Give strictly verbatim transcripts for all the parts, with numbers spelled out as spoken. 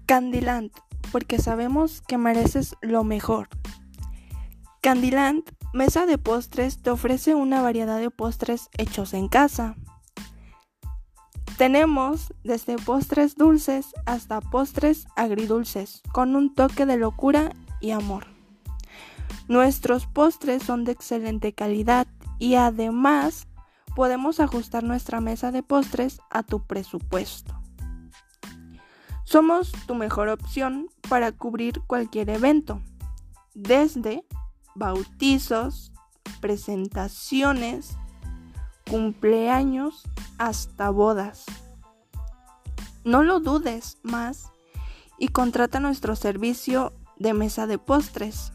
Candyland, porque sabemos que mereces lo mejor. Candyland, mesa de postres, te ofrece una variedad de postres hechos en casa. Tenemos desde postres dulces hasta postres agridulces, con un toque de locura y amor. Nuestros postres son de excelente calidad y además podemos ajustar nuestra mesa de postres a tu presupuesto. Somos tu mejor opción para cubrir cualquier evento, desde bautizos, presentaciones, cumpleaños hasta bodas. No lo dudes más y contrata nuestro servicio de mesa de postres.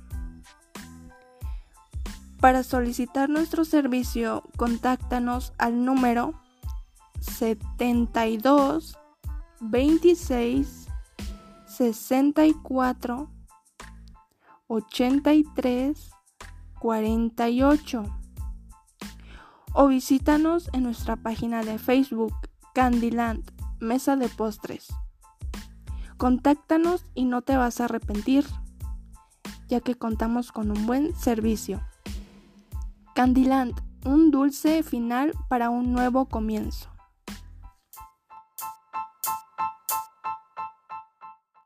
Para solicitar nuestro servicio, contáctanos al número setenta y dos veintiséis sesenta y cuatro ochenta y tres cuarenta y ocho o visítanos en nuestra página de Facebook Candyland Mesa de Postres. Contáctanos y no te vas a arrepentir, ya que contamos con un buen servicio. Candyland, un dulce final para un nuevo comienzo.